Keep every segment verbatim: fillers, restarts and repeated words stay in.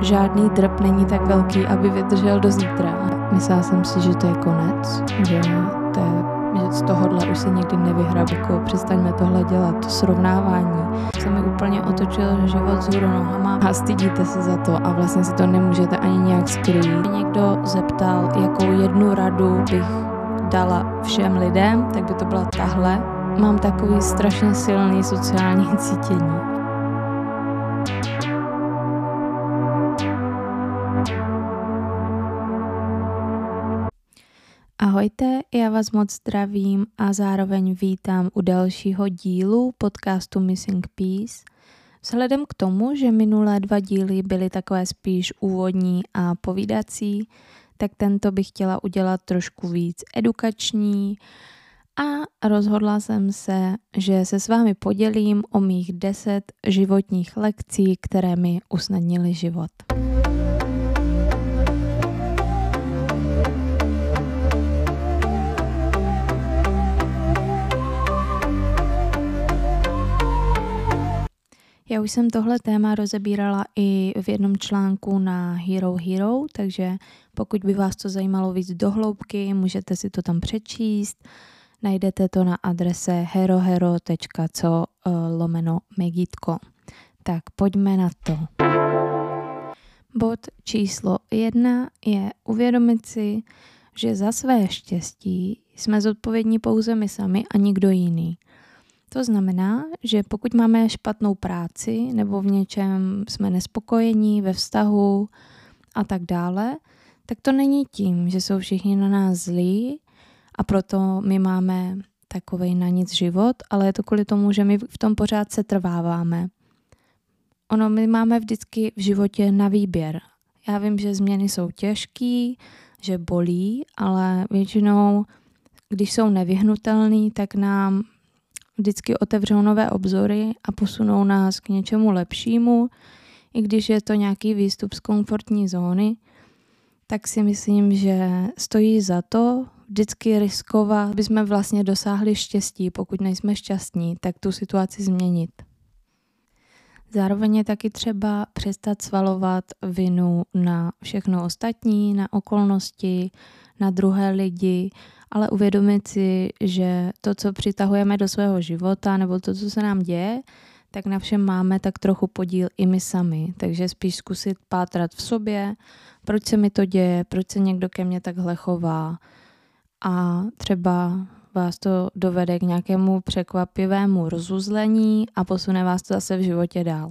žádný drp není tak velký, aby vydržel do zítra. Myslela jsem si, že to je konec, že, to je, že z tohohle už si nikdy nevyhrabu, přestaňme tohle dělat, to srovnávání. Se mi úplně otočil život vzhůru nohama a stydíte se za to a vlastně si to nemůžete ani nějak skrýt. Někdo zeptal, jakou jednu radu bych dala všem lidem, tak by to byla tahle. Mám takový strašně silný sociální cítění. Ahojte, já vás moc zdravím a zároveň vítám u dalšího dílu podcastu Missing Piece. Vzhledem k tomu, že minulé dva díly byly takové spíš úvodní a povídací, tak tento bych chtěla udělat trošku víc edukační a rozhodla jsem se, že se s vámi podělím o mých deset životních lekcí, které mi usnadnily život. Já už jsem tohle téma rozebírala i v jednom článku na Hero Hero, takže pokud by vás to zajímalo víc do hloubky, můžete si to tam přečíst. Najdete to na adrese herohero tečka co lomeno megítko. Tak pojďme na to. Bod číslo jedna je uvědomit si, že za své štěstí jsme zodpovědní pouze my sami a nikdo jiný. To znamená, že pokud máme špatnou práci nebo v něčem jsme nespokojení ve vztahu a tak dále, tak to není tím, že jsou všichni na nás zlí a proto my máme takovej na nic život, ale je to kvůli tomu, že my v tom pořád se trváváme. Ono, my máme vždycky v životě na výběr. Já vím, že změny jsou těžký, že bolí, ale většinou, když jsou nevyhnutelný, tak nám vždycky otevřou nové obzory a posunou nás k něčemu lepšímu. I když je to nějaký výstup z komfortní zóny, tak si myslím, že stojí za to vždycky riskovat, aby jsme vlastně dosáhli štěstí. Pokud nejsme šťastní, tak tu situaci změnit. Zároveň je taky třeba přestat svalovat vinu na všechno ostatní, na okolnosti, na druhé lidi, ale uvědomit si, že to, co přitahujeme do svého života nebo to, co se nám děje, tak na všem máme tak trochu podíl i my sami. Takže spíš zkusit pátrat v sobě, proč se mi to děje, proč se někdo ke mně takhle chová a třeba vás to dovede k nějakému překvapivému rozuzlení a posune vás to zase v životě dál.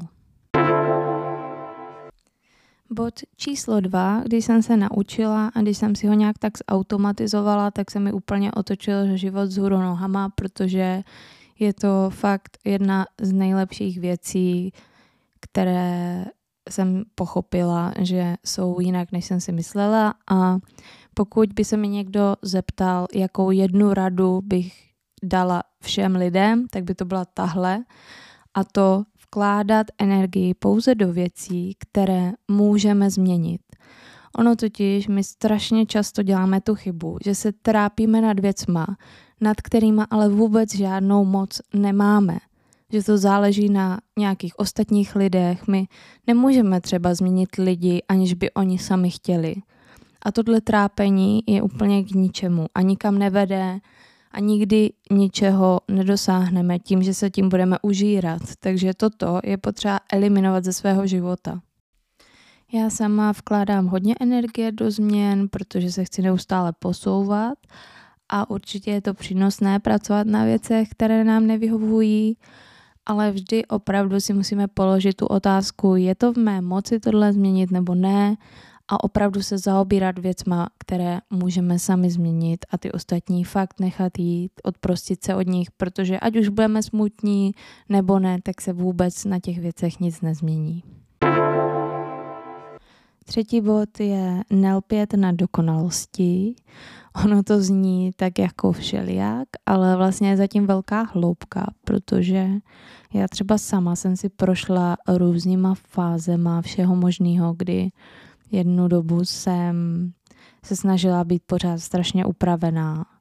Bod číslo dva, když jsem se naučila a když jsem si ho nějak tak zautomatizovala, tak se mi úplně otočil život vzhůru nohama, protože je to fakt jedna z nejlepších věcí, které jsem pochopila, že jsou jinak, než jsem si myslela. A pokud by se mi někdo zeptal, jakou jednu radu bych dala všem lidem, tak by to byla tahle. A to vkládat energii pouze do věcí, které můžeme změnit. Ono totiž, my strašně často děláme tu chybu, že se trápíme nad věcma, nad kterýma ale vůbec žádnou moc nemáme. Že to záleží na nějakých ostatních lidech. My nemůžeme třeba změnit lidi, aniž by oni sami chtěli. A tohle trápení je úplně k ničemu a nikam nevede a nikdy ničeho nedosáhneme tím, že se tím budeme užírat. Takže toto je potřeba eliminovat ze svého života. Já sama vkládám hodně energie do změn, protože se chci neustále posouvat a určitě je to přínosné pracovat na věcech, které nám nevyhovují, ale vždy opravdu si musíme položit tu otázku, je to v mé moci tohle změnit nebo ne, a opravdu se zaobírat věcma, které můžeme sami změnit a ty ostatní fakt nechat jít, odprostit se od nich, protože ať už budeme smutní nebo ne, tak se vůbec na těch věcech nic nezmění. Třetí bod je nelpět na dokonalosti. Ono to zní tak jako všelijak, ale vlastně je zatím velká hloubka, protože já třeba sama jsem si prošla různýma fázema všeho možného, kdy jednu dobu jsem se snažila být pořád strašně upravená.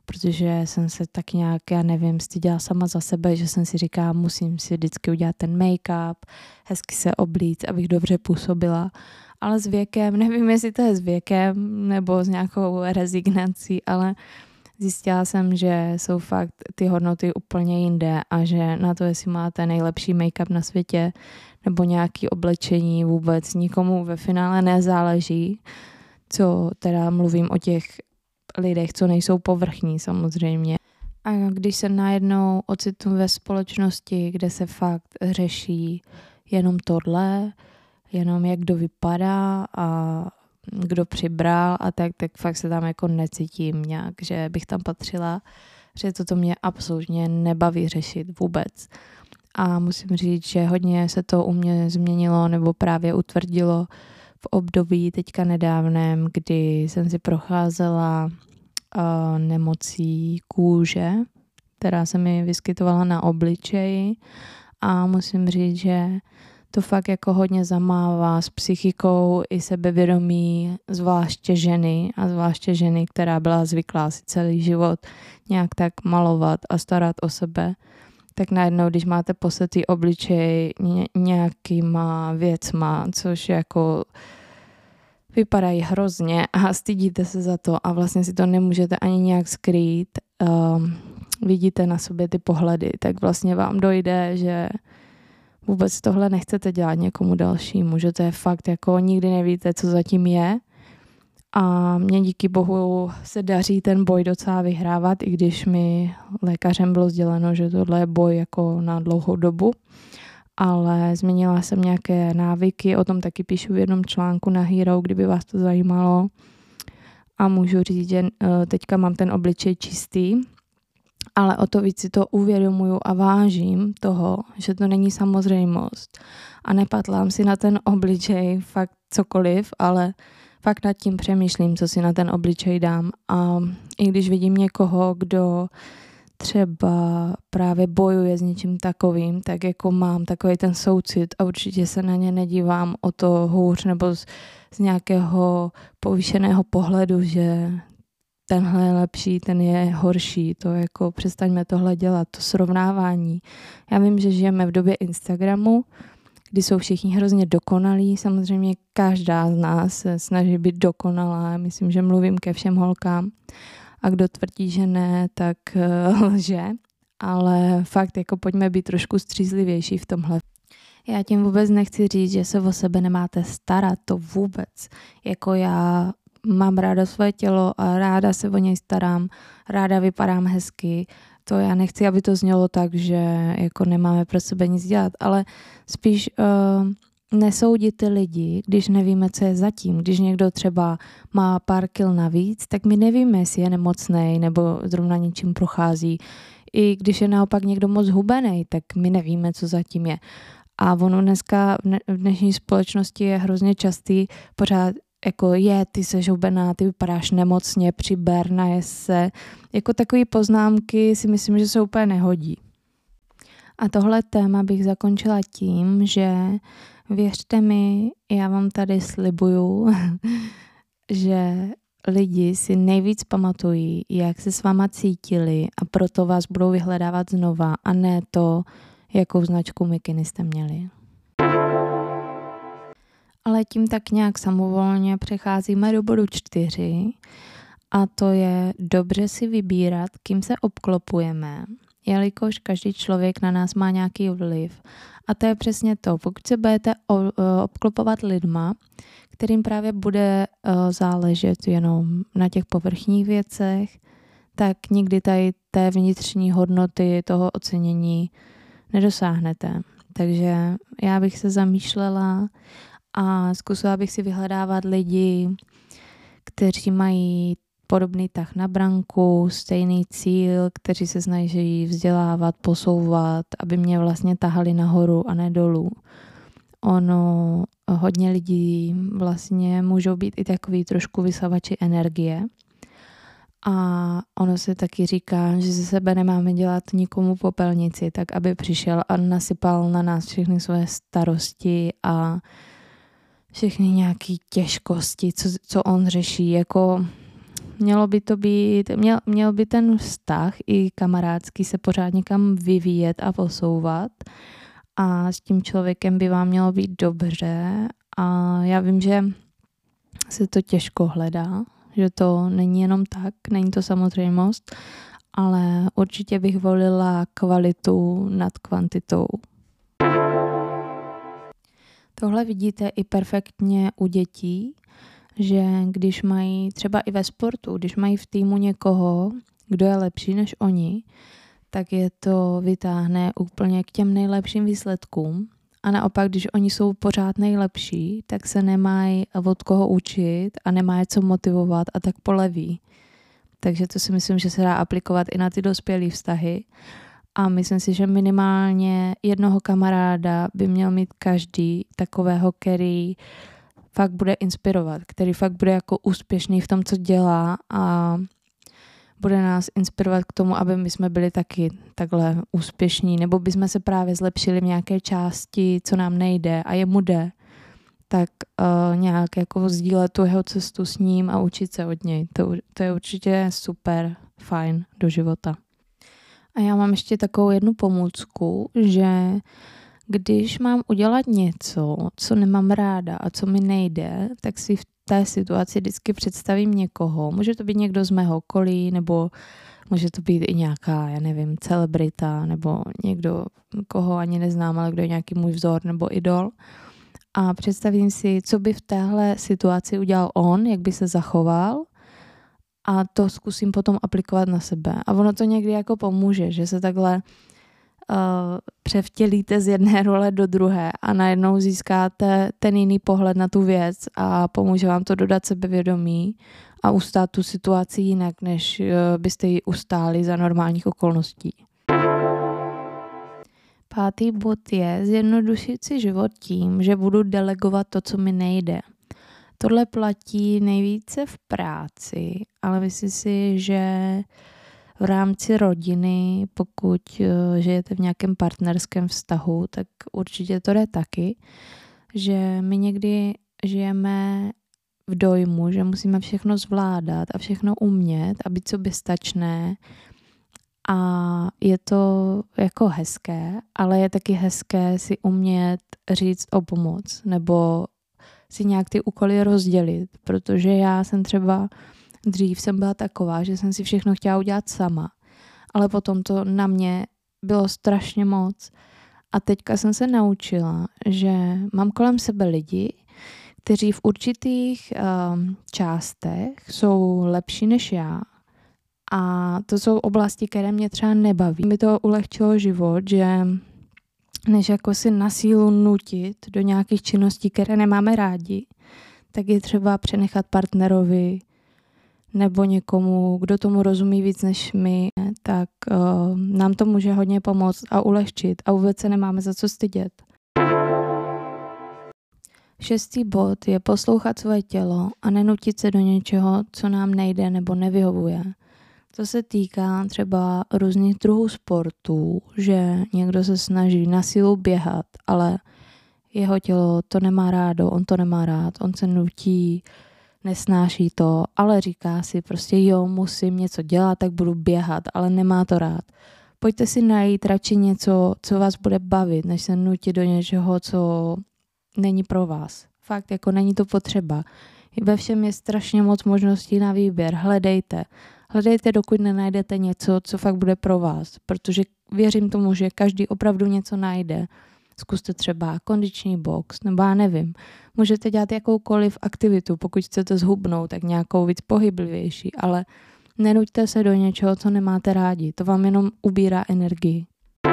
protože jsem se tak nějak, já nevím, styděla sama za sebe, že jsem si říkala, musím si vždycky udělat ten make-up, hezky se oblíct, abych dobře působila. Ale s věkem, nevím, jestli to je s věkem nebo s nějakou rezignací, ale zjistila jsem, že jsou fakt ty hodnoty úplně jinde a že na to, jestli máte nejlepší make-up na světě nebo nějaké oblečení, vůbec nikomu ve finále nezáleží, co teda mluvím o těch lidech, co nejsou povrchní samozřejmě. A když se najednou ocitnu ve společnosti, kde se fakt řeší jenom tohle, jenom jak kdo vypadá a kdo přibral a tak, tak fakt se tam jako necítím nějak, že bych tam patřila, že toto mě absolutně nebaví řešit vůbec. A musím říct, že hodně se to u mě změnilo nebo právě utvrdilo v období teďka nedávném, kdy jsem si procházela uh, nemocí kůže, která se mi vyskytovala na obličeji a musím říct, že to fakt jako hodně zamává s psychikou i sebevědomí, zvláště ženy a zvláště ženy, která byla zvyklá si celý život nějak tak malovat a starat o sebe, tak najednou, když máte posetý obličej ně, nějakýma věcma, což jako vypadají hrozně a stydíte se za to a vlastně si to nemůžete ani nějak skrýt, um, vidíte na sobě ty pohledy, tak vlastně vám dojde, že vůbec tohle nechcete dělat někomu dalšímu, že to je fakt jako nikdy nevíte, co zatím je a mě díky bohu se daří ten boj docela vyhrávat, i když mi lékařem bylo sděleno, že tohle je boj jako na dlouhou dobu, ale změnila jsem nějaké návyky, o tom taky píšu v jednom článku na Hero, kdyby vás to zajímalo a můžu říct, že teďka mám ten obličej čistý, ale o to víc si to uvědomuju a vážím toho, že to není samozřejmost. A nepatlám si na ten obličej fakt cokoliv, ale fakt nad tím přemýšlím, co si na ten obličej dám. A i když vidím někoho, kdo třeba právě bojuje s něčím takovým, tak jako mám takový ten soucit a určitě se na ně nedívám o to hůř nebo z, z nějakého povýšeného pohledu, že tenhle je lepší, ten je horší, to jako přestaňme tohle dělat, to srovnávání. Já vím, že žijeme v době Instagramu, kdy jsou všichni hrozně dokonalí, samozřejmě každá z nás se snaží být dokonalá, myslím, že mluvím ke všem holkám a kdo tvrdí, že ne, tak uh, lže, ale fakt jako pojďme být trošku střízlivější v tomhle. Já tím vůbec nechci říct, že se o sebe nemáte starat, to vůbec, jako já mám ráda svoje tělo a ráda se o něj starám, ráda vypadám hezky. To já nechci, aby to znělo tak, že jako nemáme pro sebe nic dělat, ale spíš uh, nesoudit ty lidi, když nevíme, co je zatím. Když někdo třeba má pár kil navíc, tak my nevíme, jestli je nemocnej nebo zrovna něčím prochází. I když je naopak někdo moc hubenej, tak my nevíme, co zatím je. A ono dneska v dnešní společnosti je hrozně častý pořád jako je, ty seš hubená, ty vypadáš nemocně, přiber, najes se. Jako takové poznámky si myslím, že se úplně nehodí. A tohle téma bych zakončila tím, že věřte mi, já vám tady slibuju, že lidi si nejvíc pamatují, jak se s váma cítili a proto vás budou vyhledávat znova a ne to, jakou značku mikiny jste měli. Ale tím tak nějak samovolně přecházíme do bodu čtyři a to je dobře si vybírat, kým se obklopujeme, jelikož každý člověk na nás má nějaký vliv. A to je přesně to, pokud se budete obklopovat lidma, kterým právě bude záležet jenom na těch povrchních věcech, tak nikdy tady té vnitřní hodnoty toho ocenění nedosáhnete. Takže já bych se zamýšlela a zkusila bych si vyhledávat lidi, kteří mají podobný tah na branku, stejný cíl, kteří se snaží vzdělávat, posouvat, aby mě vlastně tahali nahoru a ne dolů. Ono, hodně lidí vlastně můžou být i takový trošku vysavači energie. A ono se taky říká, že ze sebe nemáme dělat nikomu popelnici, tak aby přišel a nasypal na nás všechny svoje starosti a všechny nějaké těžkosti, co, co on řeší. Jako mělo by to být, měl, měl by ten vztah i kamarádský se pořád někam vyvíjet a posouvat a s tím člověkem by vám mělo být dobře a já vím, že se to těžko hledá, že to není jenom tak, není to samozřejmost, ale určitě bych volila kvalitu nad kvantitou. Tohle vidíte i perfektně u dětí, že když mají třeba i ve sportu, když mají v týmu někoho, kdo je lepší než oni, tak je to vytáhne úplně k těm nejlepším výsledkům. A naopak, když oni jsou pořád nejlepší, tak se nemají od koho učit a nemají co motivovat a tak poleví. Takže to si myslím, že se dá aplikovat i na ty dospělé vztahy. A myslím si, že minimálně jednoho kamaráda by měl mít každý takového, který fakt bude inspirovat, který fakt bude jako úspěšný v tom, co dělá a bude nás inspirovat k tomu, aby my jsme byli taky takhle úspěšní, nebo by jsme se právě zlepšili v nějaké části, co nám nejde a jemu jde, tak uh, nějak jako sdílet tu jeho cestu s ním a učit se od něj. To, to je určitě super fajn do života. A já mám ještě takovou jednu pomůcku, že když mám udělat něco, co nemám ráda a co mi nejde, tak si v té situaci vždycky představím někoho. Může to být někdo z mého okolí, nebo může to být i nějaká, já nevím, celebrita, nebo někdo, koho ani neznám, ale kdo je nějaký můj vzor nebo idol. A představím si, co by v téhle situaci udělal on, jak by se zachoval, a to zkusím potom aplikovat na sebe. A ono to někdy jako pomůže, že se takhle uh, převtělíte z jedné role do druhé a najednou získáte ten jiný pohled na tu věc a pomůže vám to dodat sebevědomí a ustát tu situaci jinak, než uh, byste ji ustáli za normálních okolností. Pátý bod je zjednodušit si život tím, že budu delegovat to, co mi nejde. Tohle platí nejvíce v práci, ale myslím si, že v rámci rodiny, pokud žijete v nějakém partnerském vztahu, tak určitě to jde taky, že my někdy žijeme v dojmu, že musíme všechno zvládat a všechno umět a být soběstačné. A je to jako hezké, ale je taky hezké si umět říct o pomoc nebo si nějak ty úkoly rozdělit, protože já jsem třeba dřív jsem byla taková, že jsem si všechno chtěla udělat sama, ale potom to na mě bylo strašně moc a teďka jsem se naučila, že mám kolem sebe lidi, kteří v určitých um, částech jsou lepší než já a to jsou oblasti, které mě třeba nebaví. Mi to ulehčilo život, že než jako si na sílu nutit do nějakých činností, které nemáme rádi, tak je třeba přenechat partnerovi nebo někomu, kdo tomu rozumí víc než my, tak uh, nám to může hodně pomoct a ulehčit a vůbec se nemáme za co stydět. Šestý bod je poslouchat svoje tělo a nenutit se do něčeho, co nám nejde nebo nevyhovuje. To se týká třeba různých druhů sportů, že někdo se snaží na sílu běhat, ale jeho tělo to nemá rádo, on to nemá rád, on se nutí, nesnáší to, ale říká si prostě jo, musím něco dělat, tak budu běhat, ale nemá to rád. Pojďte si najít radši něco, co vás bude bavit, než se nutit do něčeho, co není pro vás. Fakt, jako není to potřeba. Ve všem je strašně moc možností na výběr, hledejte. Hledejte, dokud nenajdete něco, co fakt bude pro vás, protože věřím tomu, že každý opravdu něco najde. Zkuste třeba kondiční box, nebo já nevím. Můžete dělat jakoukoliv aktivitu, pokud chcete zhubnout, tak nějakou víc pohyblivější, ale nenuďte se do něčeho, co nemáte rádi. To vám jenom ubírá energii.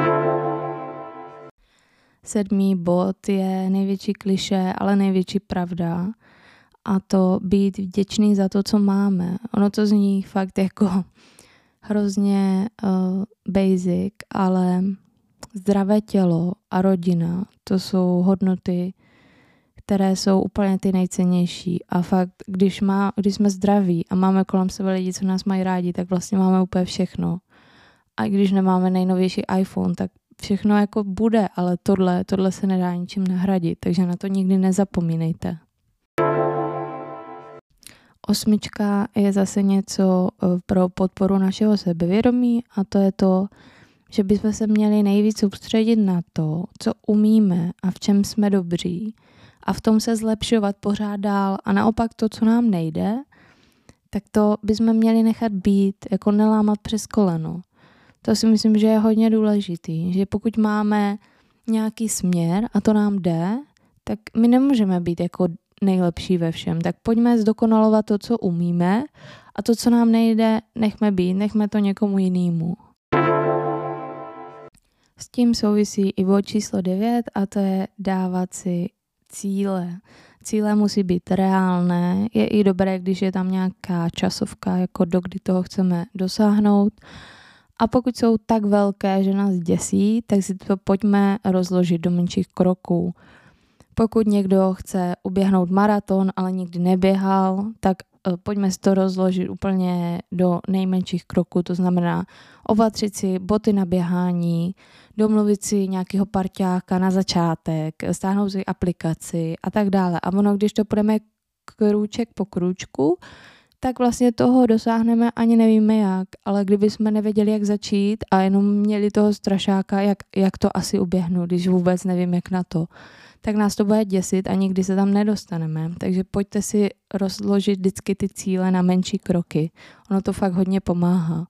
Sedmý bod je největší klišé, ale největší pravda. A to být vděčný za to, co máme. Ono to zní fakt jako hrozně uh, basic, ale zdravé tělo a rodina, to jsou hodnoty, které jsou úplně ty nejcennější. A fakt, když, má, když jsme zdraví a máme kolem sebe lidi, co nás mají rádi, tak vlastně máme úplně všechno. A když nemáme nejnovější iPhone, tak všechno jako bude, ale tohle, tohle se nedá ničím nahradit, takže na to nikdy nezapomínejte. Osmička je zase něco pro podporu našeho sebevědomí a to je to, že bychom se měli nejvíc soustředit na to, co umíme a v čem jsme dobří a v tom se zlepšovat pořád dál a naopak to, co nám nejde, tak to bychom měli nechat být, jako nelámat přes koleno. To si myslím, že je hodně důležitý, že pokud máme nějaký směr a to nám jde, tak my nemůžeme být jako nejlepší ve všem. Tak pojďme zdokonalovat to, co umíme a to, co nám nejde, nechme být, nechme to někomu jinému. S tím souvisí i bod číslo devět a to je dávat si cíle. Cíle musí být reálné. Je i dobré, když je tam nějaká časovka, jako do kdy toho chceme dosáhnout. A pokud jsou tak velké, že nás děsí, tak si to pojďme rozložit do menších kroků. Pokud někdo chce uběhnout maraton, ale nikdy neběhal, tak pojďme si to rozložit úplně do nejmenších kroků. To znamená opatřit si boty na běhání, domluvit si nějakého parťáka na začátek, stáhnout si aplikaci a tak dále. A ono, když to půjdeme krůček po krůčku, tak vlastně toho dosáhneme, ani nevíme jak, ale kdybychom nevěděli, jak začít a jenom měli toho strašáka, jak, jak to asi uběhnu, když vůbec nevím, jak na to, tak nás to bude děsit a nikdy se tam nedostaneme. Takže pojďte si rozložit vždycky ty cíle na menší kroky. Ono to fakt hodně pomáhá.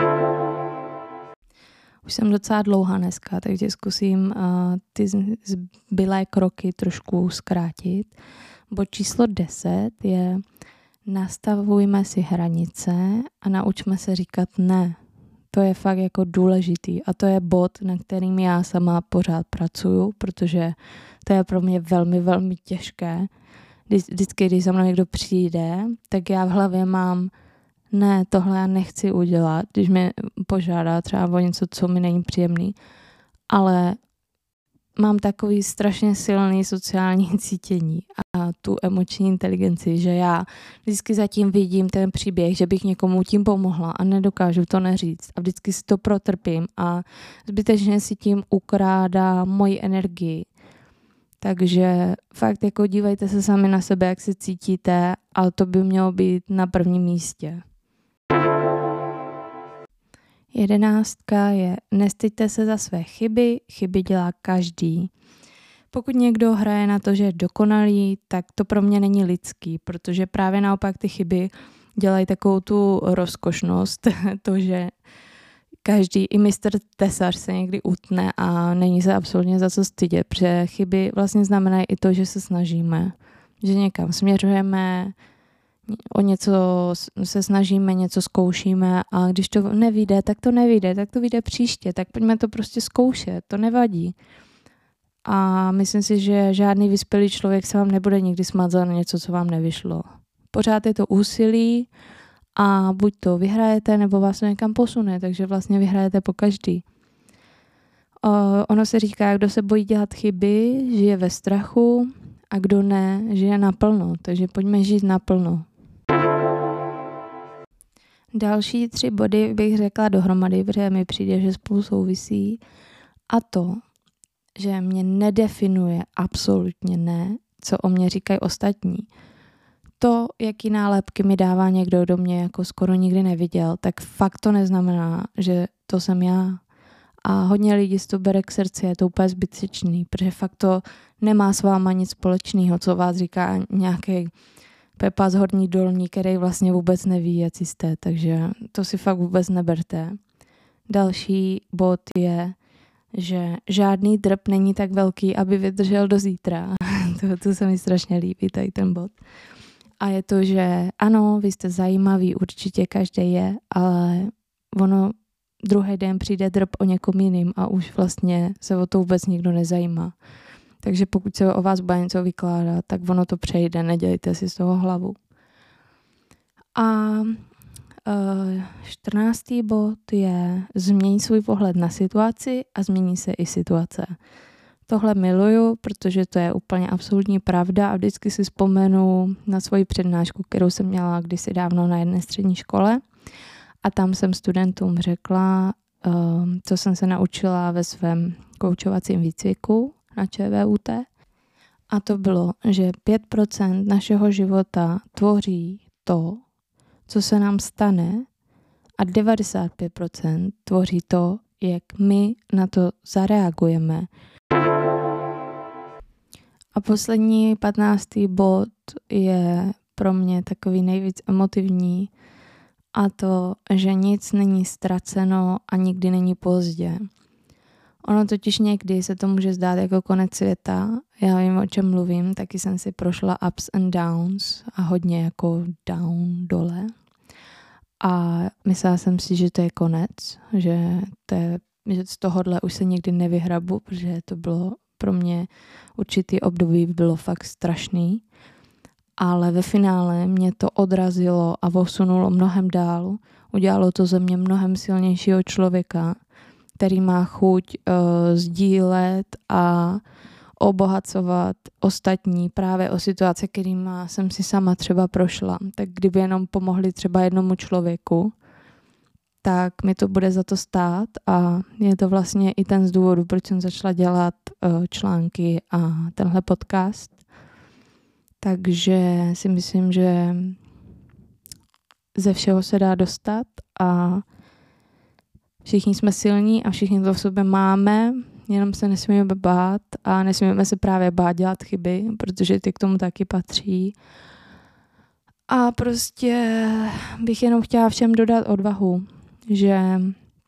Už jsem docela dlouhá dneska, takže zkusím uh, ty zbylé kroky trošku zkrátit. Bod číslo deset je nastavujme si hranice a naučme se říkat ne. To je fakt jako důležitý a to je bod, na kterým já sama pořád pracuju, protože to je pro mě velmi, velmi těžké. Vždycky, když za mnou někdo přijde, tak já v hlavě mám ne, tohle já nechci udělat, když mě požádá třeba o něco, co mi není příjemný, ale mám takový strašně silný sociální cítění a tu emoční inteligenci, že já vždycky zatím vidím ten příběh, že bych někomu tím pomohla a nedokážu to neříct a vždycky si to protrpím a zbytečně si tím ukrádá moji energii. Takže fakt jako dívejte se sami na sebe, jak se cítíte, ale to by mělo být na prvním místě. Jedenáctka je nestyďte se za své chyby, chyby dělá každý. Pokud někdo hraje na to, že je dokonalý, tak to pro mě není lidský, protože právě naopak ty chyby dělají takovou tu rozkošnost, to, že každý, i mistr tesař se někdy utne a není se absolutně za co stydět, protože chyby vlastně znamenají i to, že se snažíme, že někam směřujeme, o něco se snažíme, něco zkoušíme a když to nevyjde, tak to nevyjde, tak to vyjde příště, tak pojďme to prostě zkoušet, to nevadí. A myslím si, že žádný vyspělý člověk se vám nebude nikdy smát za něco, co vám nevyšlo. Pořád je to úsilí a buď to vyhrajete, nebo vás to někam posune, takže vlastně vyhrajete po každý. O, ono se říká, kdo se bojí dělat chyby, žije ve strachu a kdo ne, žije naplno, takže pojďme žít naplno. Další tři body bych řekla dohromady, protože mi přijde, že spolu souvisí. A to, že mě nedefinuje absolutně ne, co o mě říkají ostatní. To, jaký nálepky mi dává někdo, kdo mě jako skoro nikdy neviděl, tak fakt to neznamená, že to jsem já. A hodně lidí si to bere k srdci, je to úplně zbytečný, protože fakt to nemá s váma nic společného, co vás říká nějaký Pepa z Horní Dolní, který vlastně vůbec neví, jak jste, takže to si fakt vůbec neberte. Další bod je, že žádný drb není tak velký, aby vydržel do zítra. to, to se mi strašně líbí, tady ten bod. A je to, že ano, vy jste zajímavý, určitě každý je, ale ono druhý den přijde drb o někom jiným a už vlastně se o to vůbec nikdo nezajímá. Takže pokud se o vás bude něco vykládat, tak ono to přejde, nedělejte si z toho hlavu. A čtrnáctý bod je změň svůj pohled na situaci a změní se i situace. Tohle miluju, protože to je úplně absolutní pravda a vždycky si vzpomenu na svoji přednášku, kterou jsem měla kdysi dávno na jedné střední škole a tam jsem studentům řekla, co jsem se naučila ve svém koučovacím výcviku na ČVUT a to bylo, že pět procent našeho života tvoří to, co se nám stane, a devadesát pět procent tvoří to, jak my na to zareagujeme. A poslední patnáctý bod je pro mě takový nejvíc emotivní, a to, že nic není ztraceno a nikdy není pozdě. Ono totiž někdy se to může zdát jako konec světa. Já vím, o čem mluvím, taky jsem si prošla ups and downs a hodně jako down dole. A myslela jsem si, že to je konec, že, to je, že z tohohle už se nikdy nevyhrabu, protože to bylo pro mě určitý období bylo fakt strašný. Ale ve finále mě to odrazilo a posunulo mnohem dál. Udělalo to ze mě mnohem silnějšího člověka, který má chuť uh, sdílet a obohacovat ostatní právě o situace, kterýma jsem si sama třeba prošla. Tak kdyby jenom pomohli třeba jednomu člověku, tak mi to bude za to stát a je to vlastně i ten z důvodu, proč jsem začala dělat uh, články a tenhle podcast. Takže si myslím, že ze všeho se dá dostat a všichni jsme silní a všichni to v sobě máme, jenom se nesmíme bát a nesmíme se právě bát dělat chyby, protože ty k tomu taky patří. A prostě bych jenom chtěla všem dodat odvahu, že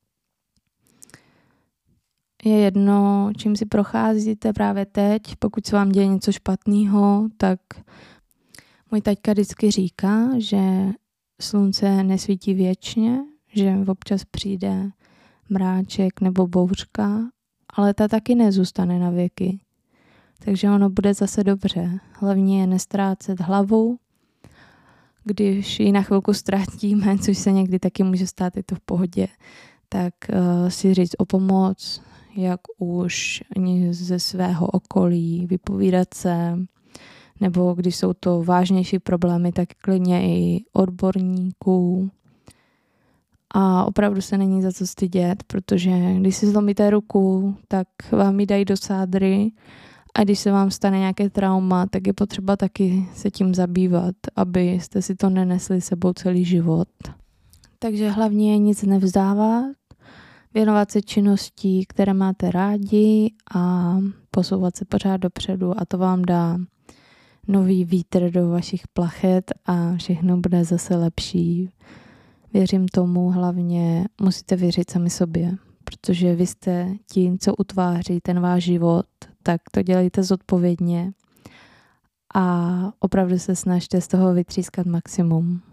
je jedno, čím si procházíte právě teď, pokud se vám děje něco špatného, tak můj taťka vždycky říká, že slunce nesvítí věčně, že občas přijde mráček nebo bouřka, ale ta taky nezůstane na věky. Takže ono bude zase dobře. Hlavně je nestrácet hlavu, když ji na chvilku ztratíme, což se někdy taky může stát, je to v pohodě, tak uh, si říct o pomoc, jak už ze svého okolí, vypovídat se, nebo když jsou to vážnější problémy, tak klidně i odborníků. A opravdu se není za co stydět, protože když si zlomíte ruku, tak vám ji dají do sádry a když se vám stane nějaké trauma, tak je potřeba taky se tím zabývat, abyste si to nenesli sebou celý život. Takže hlavně nic nevzdávat, věnovat se činností, které máte rádi a posouvat se pořád dopředu a to vám dá nový vítr do vašich plachet a všechno bude zase lepší. Věřím tomu, hlavně musíte věřit sami sobě, protože vy jste tím, co utváří ten váš život, tak to dělejte zodpovědně a opravdu se snažte z toho vytřískat maximum.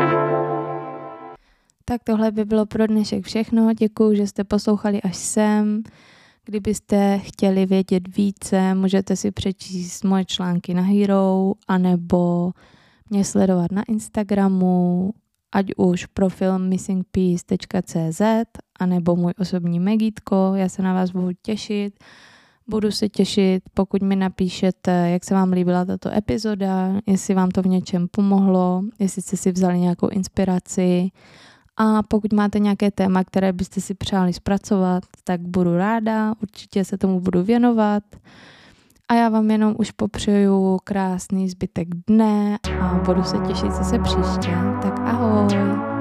Tak tohle by bylo pro dnešek všechno. Děkuju, že jste poslouchali až sem. Kdybyste chtěli vědět více, můžete si přečíst moje články na Hero, anebo mě sledovat na Instagramu, ať už profil missing piece tečka cé zet, anebo můj osobní Megítko. Já se na vás budu těšit. Budu se těšit, pokud mi napíšete, jak se vám líbila tato epizoda, jestli vám to v něčem pomohlo, jestli jste si vzali nějakou inspiraci. A pokud máte nějaké téma, které byste si přáli zpracovat, tak budu ráda, určitě se tomu budu věnovat. A já vám jenom už popřeju krásný zbytek dne a budu se těšit zase příště. Tak ahoj!